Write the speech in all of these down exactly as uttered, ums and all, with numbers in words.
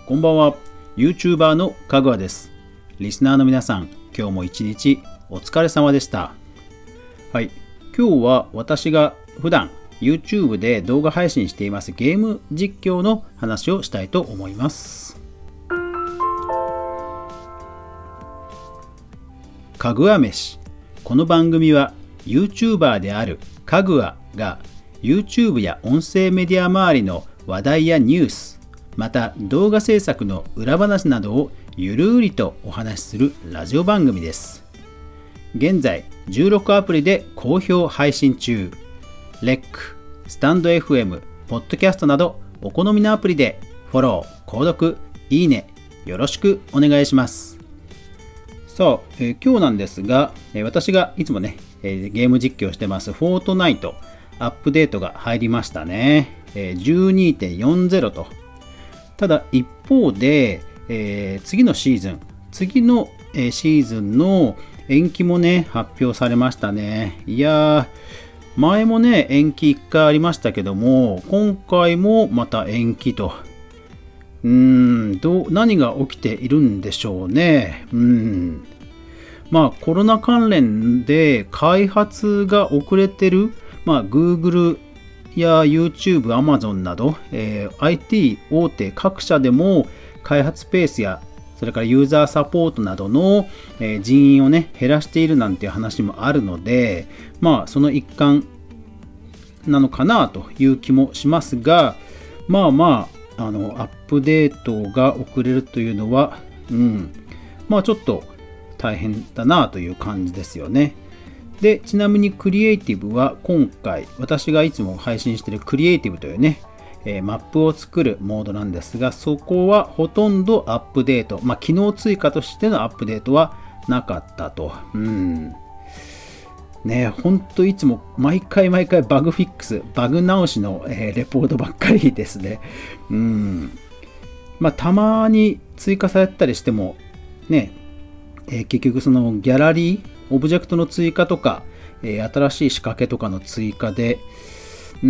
こんばんは。 YouTuber のかぐわです。リスナーの皆さん、今日も一日お疲れ様でした。はい、今日は私が普段 YouTube で動画配信していますゲーム実況の話をしたいと思います。かぐわ飯。この番組は YouTuber であるかぐわが YouTube や音声メディア周りの話題やニュース、また動画制作の裏話などをゆるりとお話しするラジオ番組です。現在じゅうろくアプリで好評配信中。レック、スタンド エフエム、ポッドキャストなどお好みのアプリでフォロー、購読、いいねよろしくお願いします。さあ、えー、今日なんですが、えー、私がいつもね、えー、ゲーム実況してますフォートナイトアップデートが入りましたね。えー、じゅうにてんよんじゅう と。ただ一方で、えー、次のシーズン、次の、えー、シーズンの延期もね、発表されましたね。いやー、前もね、延期いっかいありましたけども、今回もまた延期と。うーん、どう、何が起きているんでしょうね。うん。まあ、コロナ関連で開発が遅れてる、まあ、Googleや YouTube、Amazon など、えー、アイティー 大手各社でも開発ペースやそれからユーザーサポートなどの、えー、人員をね減らしているなんていう話もあるので、まあその一環なのかなという気もしますが、まあまああのアップデートが遅れるというのは、うん、まあちょっと大変だなという感じですよね。で、ちなみにクリエイティブは今回私がいつも配信しているクリエイティブというね、えー、マップを作るモードなんですが、そこはほとんどアップデート、まあ機能追加としてのアップデートはなかったと。うんね、ほんといつも毎回毎回バグフィックス、バグ直しの、えー、レポートばっかりですね。うんまあたまに追加されたりしてもね、えー、結局そのギャラリーオブジェクトの追加とか、えー、新しい仕掛けとかの追加で、うん、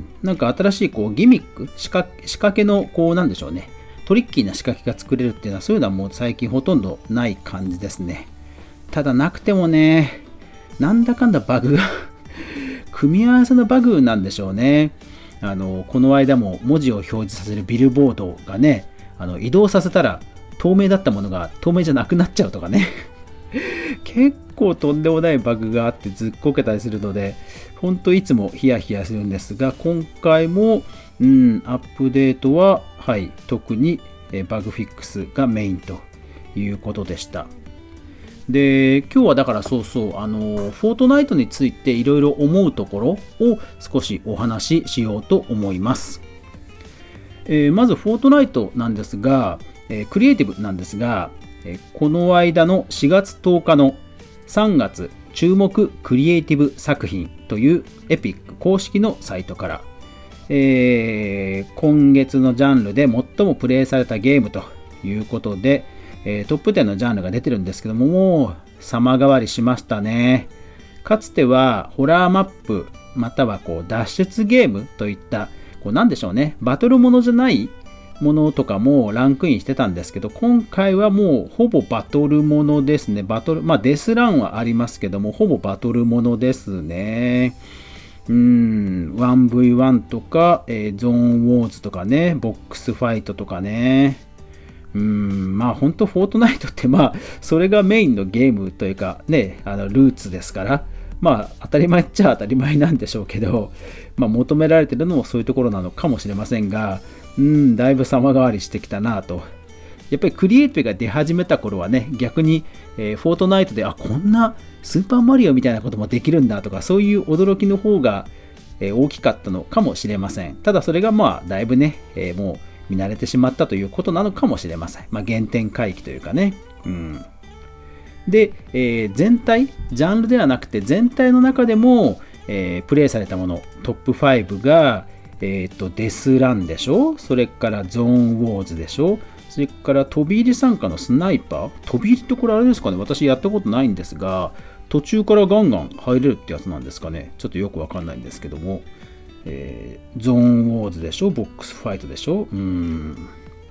なんか新しいこうギミック、仕掛け、仕掛けのこうなんでしょうね、トリッキーな仕掛けが作れるっていうのはそういうのはもう最近ほとんどない感じですね。ただなくてもね、なんだかんだバグが組み合わせのバグなんでしょうね。あのこの間も文字を表示させるビルボードがね、あの移動させたら透明だったものが透明じゃなくなっちゃうとかね結構とんでもないバグがあってずっこけたりするので、本当いつもヒヤヒヤするんですが、今回も、うん、アップデートは、はい、特にバグフィックスがメインということでした。で、今日はだからそうそう、あの、フォートナイトについていろいろ思うところを少しお話ししようと思います。えー、まずフォートナイトなんですが、えー、クリエイティブなんですが、この間のしがつとおかのさんがつ注目クリエイティブ作品というエピック公式のサイトから、えー、今月のジャンルで最もプレイされたゲームということで、えー、トップじゅうのジャンルが出てるんですけども、もう様変わりしましたね。かつてはホラーマップまたはこう脱出ゲームといったこうなんでしょうね、バトルものじゃないものとかもランクインしてたんですけど、今回はもうほぼバトルものですね。バトル、まあデスランはありますけども、ほぼバトルものですね。うーん、ワンブイワン とか、えー、ゾーンウォーズとかね、ボックスファイトとかね。うーん、まあ本当フォートナイトってまあ、それがメインのゲームというかね、あのルーツですから、まあ当たり前っちゃ当たり前なんでしょうけど、まあ求められてるのもそういうところなのかもしれませんが、うん、だいぶ様変わりしてきたなと。やっぱりクリエイティブが出始めた頃はね、逆に、えー、フォートナイトで、あ、こんなスーパーマリオみたいなこともできるんだとか、そういう驚きの方が、えー、大きかったのかもしれません。ただそれがまあ、だいぶね、えー、もう見慣れてしまったということなのかもしれません。まあ、原点回帰というかね。うん、で、えー、全体、ジャンルではなくて全体の中でも、えー、プレイされたもの、トップファイブが、えっと、デスランでしょ、それからゾーンウォーズでしょ、それから飛び入り参加のスナイパー、飛び入りってこれあれですかね、私やったことないんですが、途中からガンガン入れるってやつなんですかね、ちょっとよくわかんないんですけども、えー、ゾーンウォーズでしょ、ボックスファイトでしょ、うーん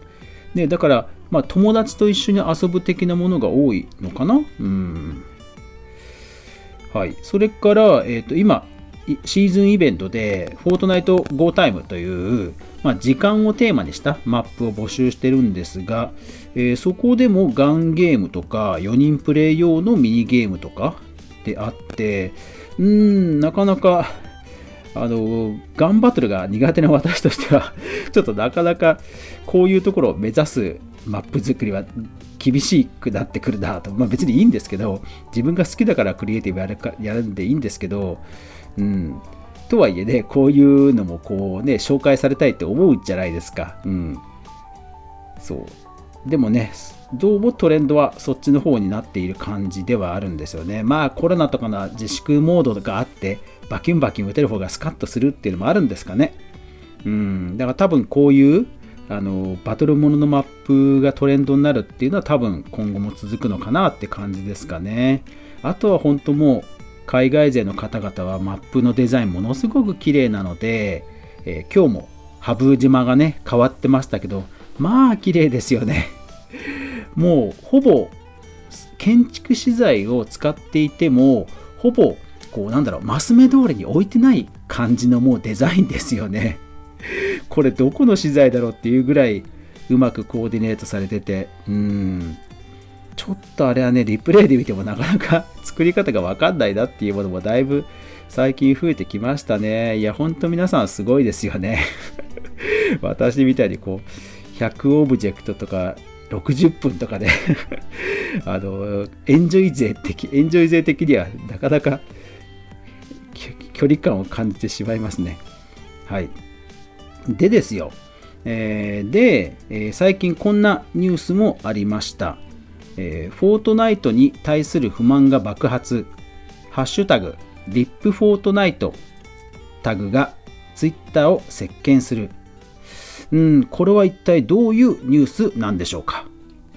でだから、まあ、友達と一緒に遊ぶ的なものが多いのかな。うん、はい、それから、えーと、今シーズンイベントでフォートナイト Go タイムという、まあ、時間をテーマにしたマップを募集してるんですが、えー、そこでもガンゲームとかよにんプレイ用のミニゲームとかであって、うーんなかなかあのガンバトルが苦手な私としてはちょっとなかなかこういうところを目指すマップ作りは厳しくなってくるなと、まあ、別にいいんですけど、自分が好きだからクリエイティブやるかやるんでいいんですけど、うん、とはいえね、こういうのもこうね紹介されたいって思うじゃないですか。うん、そうでもね、どうもトレンドはそっちの方になっている感じではあるんですよね。まあコロナとかの自粛モードがあってバキュンバキュン打てる方がスカッとするっていうのもあるんですかね。うん、だから多分こういうあのバトルもののマップがトレンドになるっていうのは多分今後も続くのかなって感じですかね。あとは本当もう海外勢の方々はマップのデザインものすごく綺麗なので、えー、今日もハブ島がね変わってましたけど、まあ綺麗ですよね。もうほぼ建築資材を使っていてもほぼこうなんだろうマス目通りに置いてない感じのもうデザインですよね。これどこの資材だろうっていうぐらいうまくコーディネートされてて、うーんちょっとあれはねリプレイで見てもなかなか作り方が分かんないなっていうものもだいぶ最近増えてきましたね。いやほんと皆さんすごいですよね。私みたいにこうひゃくオブジェクトとかろくじゅっぷんとかであのエンジョイ勢的エンジョイ勢的にはなかなか距離感を感じてしまいますね。はい。でですよ、えー、で、えー、最近こんなニュースもありました。えー、フォートナイトに対する不満が爆発、ハッシュタグリップフォートナイトタグがツイッターを席巻する。うん、これは一体どういうニュースなんでしょうか。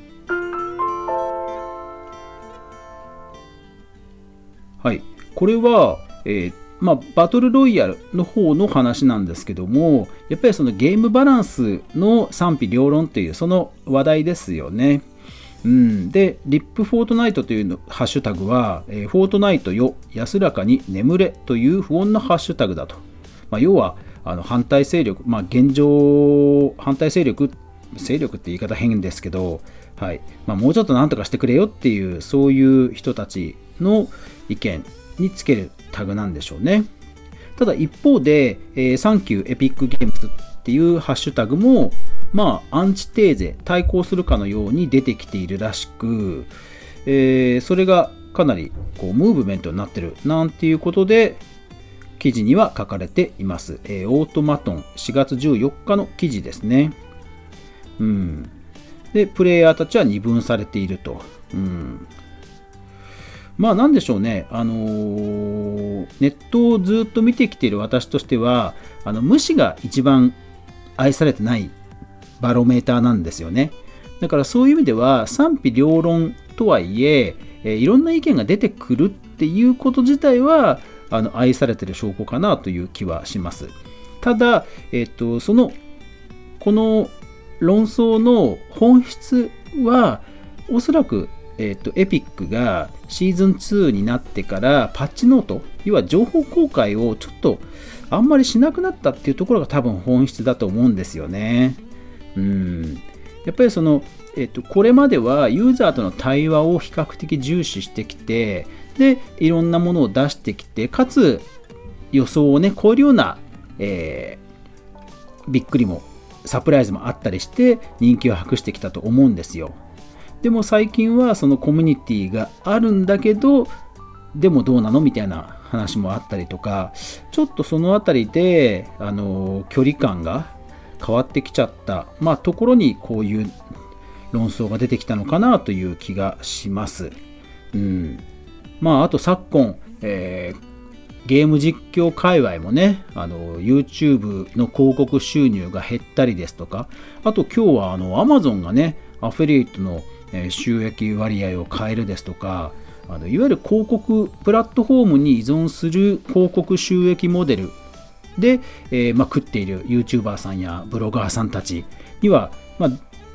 はい、これは、えーまあ、バトルロイヤルの方の話なんですけども、やっぱりそのゲームバランスの賛否両論というその話題ですよね。うん、で、リップフォートナイトというのハッシュタグは、えー、フォートナイトよ安らかに眠れという不穏なハッシュタグだと。まあ、要はあの反対勢力、まあ、現状反対勢力勢力って言い方変ですけど、はいまあ、もうちょっとなんとかしてくれよっていうそういう人たちの意見につけるタグなんでしょうね。ただ一方で、えー、サンキューエピックゲームズっていうハッシュタグもまあアンチテーゼ対抗するかのように出てきているらしく、えー、それがかなりこうムーブメントになってるなんていうことで記事には書かれています。えー、オートマトンしがつじゅうよっかの記事ですね。うん、でプレイヤーたちは二分されていると。うんまあなんでしょうね、あのー、ネットをずっと見てきている私としてはあの無視が一番愛されてないバロメーターなんですよね。だからそういう意味では賛否両論とはいええー、いろんな意見が出てくるっていうこと自体はあの愛されてる証拠かなという気はします。ただ、えーと、そのこの論争の本質はおそらくえーと、エピックがシーズンツーになってからパッチノート、要は情報公開をちょっとあんまりしなくなったっていうところが多分本質だと思うんですよね。うんやっぱりその、えーと、これまではユーザーとの対話を比較的重視してきて、でいろんなものを出してきて、かつ予想をね超えるような、えー、びっくりもサプライズもあったりして人気を博してきたと思うんですよ。でも最近はそのコミュニティがあるんだけどでもどうなのみたいな話もあったりとか、ちょっとそのあたりであの距離感が変わってきちゃった、まあ、ところにこういう論争が出てきたのかなという気がします。うんまあ、あと昨今、えー、ゲーム実況界隈もねあの YouTube の広告収入が減ったりですとか、あと今日はあの Amazon がねアフィリエイトの収益割合を変えるですとか、あのいわゆる広告プラットフォームに依存する広告収益モデルで、えーまあ、食っている YouTuber さんやブロガーさんたちには、まあ、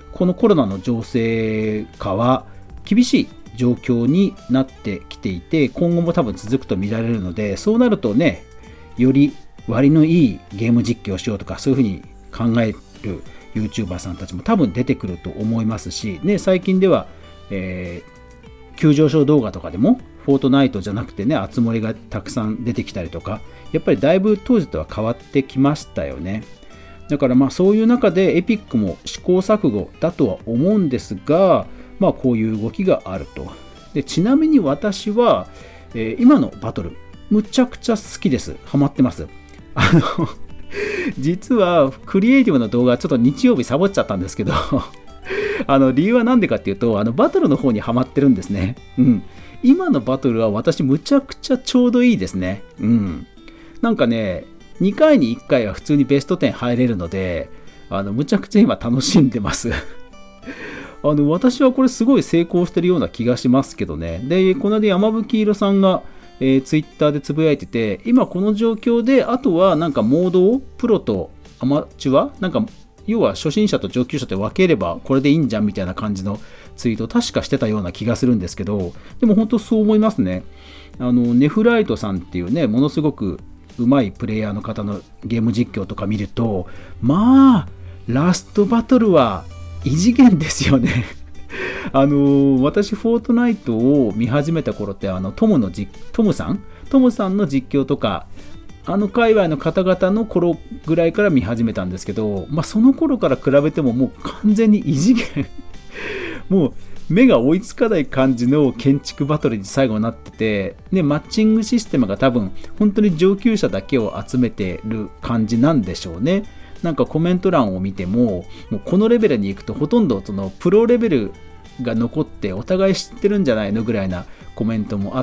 このコロナの情勢下は厳しい状況になってきていて、今後も多分続くと見られるので、そうなるとね、より割のいいゲーム実況をしようとか、そういうふうに考える YouTuber さんたちも多分出てくると思いますし、ね、最近では、えー、急上昇動画とかでもフォートナイトじゃなくてね、あつ森がたくさん出てきたりとか、やっぱりだいぶ当時とは変わってきましたよね。だからまあそういう中でエピックも試行錯誤だとは思うんですが、まあこういう動きがあると。でちなみに私は、えー、今のバトルむちゃくちゃ好きです。ハマってます。あの実はクリエイティブの動画ちょっと日曜日サボっちゃったんですけどあの理由は何でかっていうと、あのバトルの方にハマってるんですね。うん。今のバトルは私むちゃくちゃちょうどいいですね。うん。なんかね、にかいにいっかいは普通にベストじゅう入れるので、あのむちゃくちゃ今楽しんでますあの私はこれすごい成功してるような気がしますけどね。で、この間山吹色さんが、えー、ツイッターでつぶやいてて、今この状況であとはなんかモードをプロとアマチュア、なんか要は初心者と上級者で分ければこれでいいんじゃんみたいな感じのツイートを確かしてたような気がするんですけど、でも本当そう思いますね。あのネフライトさんっていうね、ものすごくうまいプレイヤーの方のゲーム実況とか見ると、まあラストバトルは異次元ですよねあの私フォートナイトを見始めた頃って、あのトムのじトムさんトムさんの実況とか、あの界隈の方々の頃ぐらいから見始めたんですけど、まあ、その頃から比べてももう完全に異次元もう目が追いつかない感じの建築バトルに最後になってて、ね、マッチングシステムが多分本当に上級者だけを集めてる感じなんでしょうね。なんかコメント欄を見ても、もうこのレベルに行くとほとんどそのプロレベルが残ってお互い知ってるんじゃないのぐらいなコメントもあって、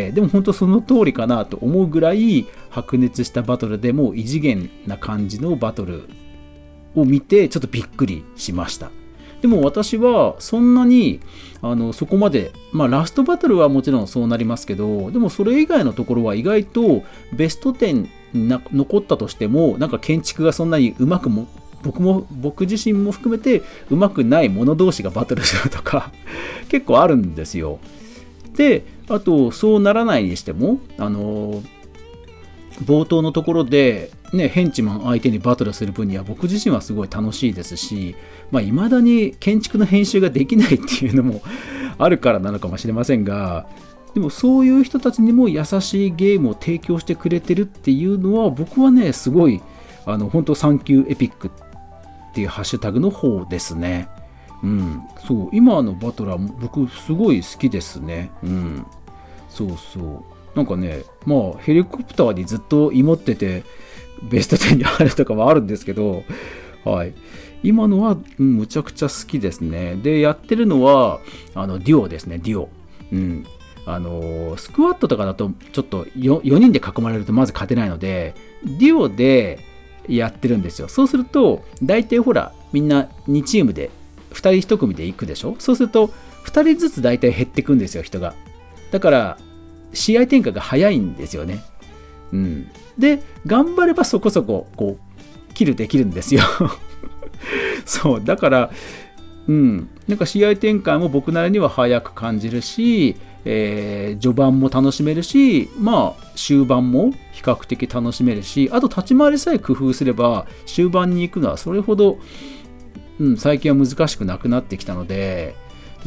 でも本当その通りかなと思うぐらい白熱したバトルで、もう異次元な感じのバトルを見てちょっとびっくりしました。でも私はそんなにあのそこまで、まあラストバトルはもちろんそうなりますけど、でもそれ以外のところは意外とベストじゅうに残ったとしても、なんか建築がそんなにうまくも僕も僕自身も含めてうまくない者同士がバトルするとか結構あるんですよ。で、あとそうならないにしても、あの冒頭のところで、ね、ヘンチマン相手にバトルする分には僕自身はすごい楽しいですし、まあ、未だに建築の編集ができないっていうのもあるからなのかもしれませんが、でもそういう人たちにも優しいゲームを提供してくれてるっていうのは、僕はねすごいあの本当サンキューエピックっていうハッシュタグの方ですね。うん、そう今のバトラー僕すごい好きですね。うん、そうそうなんかね、まあヘリコプターにずっと芋っててベストじゅうに入るとかもあるんですけど、はい、今のは、うん、むちゃくちゃ好きですね。でやってるのはあのデュオですね。デュオ、うん、あのスクワットとかだとちょっと 4, よにんで囲まれるとまず勝てないので、デュオでやってるんですよ。そうすると大体ほらみんなにチームでふたりいち組で行くでしょ。そうするとふたりずつ大体減ってくんですよ、人が。だから試合展開が早いんですよね。うん、で頑張ればそこそここうキルできるんですよそうだから、うん、なんか試合展開も僕なりには早く感じるし、えー、序盤も楽しめるし、まあ終盤も比較的楽しめるし、あと立ち回りさえ工夫すれば終盤に行くのはそれほど、うん、最近は難しくなくなってきたので、うん、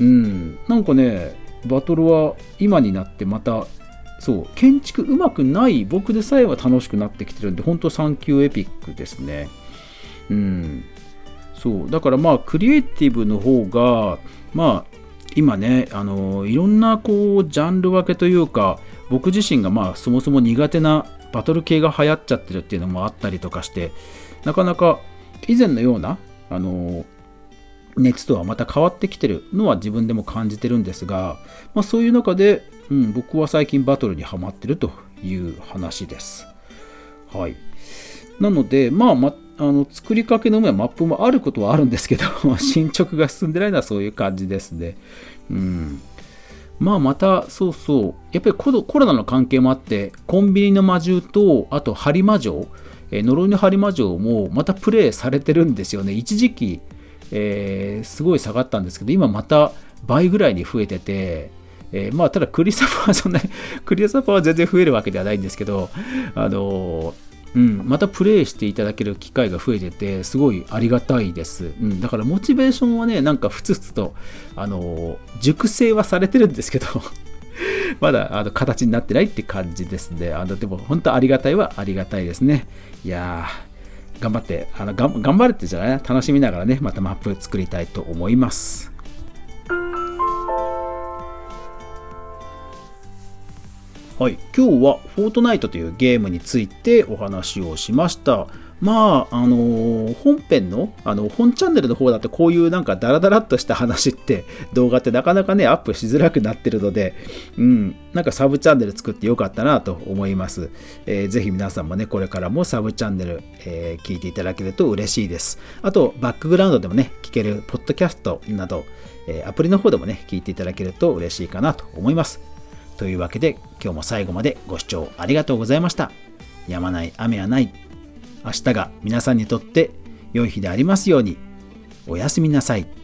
なんかねバトルは今になってまたそう建築うまくない僕でさえは楽しくなってきてるんで、本当サンキューエピックですね。うん、そうだからまあクリエイティブの方がまあ今ねあのいろんなこうジャンル分けというか、僕自身がまあそもそも苦手なバトル系が流行っちゃってるっていうのもあったりとかして、なかなか以前のようなあの熱とはまた変わってきてるのは自分でも感じてるんですが、まあ、そういう中で、うん、僕は最近バトルにハマってるという話です。はい。なので、まあ、まあの作りかけのマップもあることはあるんですけど進捗が進んでないのはそういう感じですね。うん、まあまたそうそうやっぱりコロ、コロナの関係もあってコンビニの魔獣とあと播磨城、えー、呪いの播磨城もまたプレイされてるんですよね。一時期えー、すごい下がったんですけど、今また倍ぐらいに増えてて、えー、まあただクリスタパはそんなにクリスタパは全然増えるわけではないんですけど、あのーうん、またプレイしていただける機会が増えててすごいありがたいです、うん、だからモチベーションはねなんかふつふつと、あのー、熟成はされてるんですけどまだあの形になってないって感じですね。あのでも本当ありがたいはありがたいですね。いやー頑張ってあのが頑張るってじゃない楽しみながらねまたマップ作りたいと思います。はい、今日はフォートナイトというゲームについてお話をしました。まあ、あのー、本編の、あの、本チャンネルの方だとこういうなんかダラダラっとした話って動画ってなかなかね、アップしづらくなってるので、うん、なんかサブチャンネル作ってよかったなと思います。えー、ぜひ皆さんもね、これからもサブチャンネル、えー、聞いていただけると嬉しいです。あと、バックグラウンドでもね、聞けるポッドキャストなど、えー、アプリの方でもね、聞いていただけると嬉しいかなと思います。というわけで、今日も最後までご視聴ありがとうございました。止まない雨はない。明日が皆さんにとって良い日でありますように。おやすみなさい。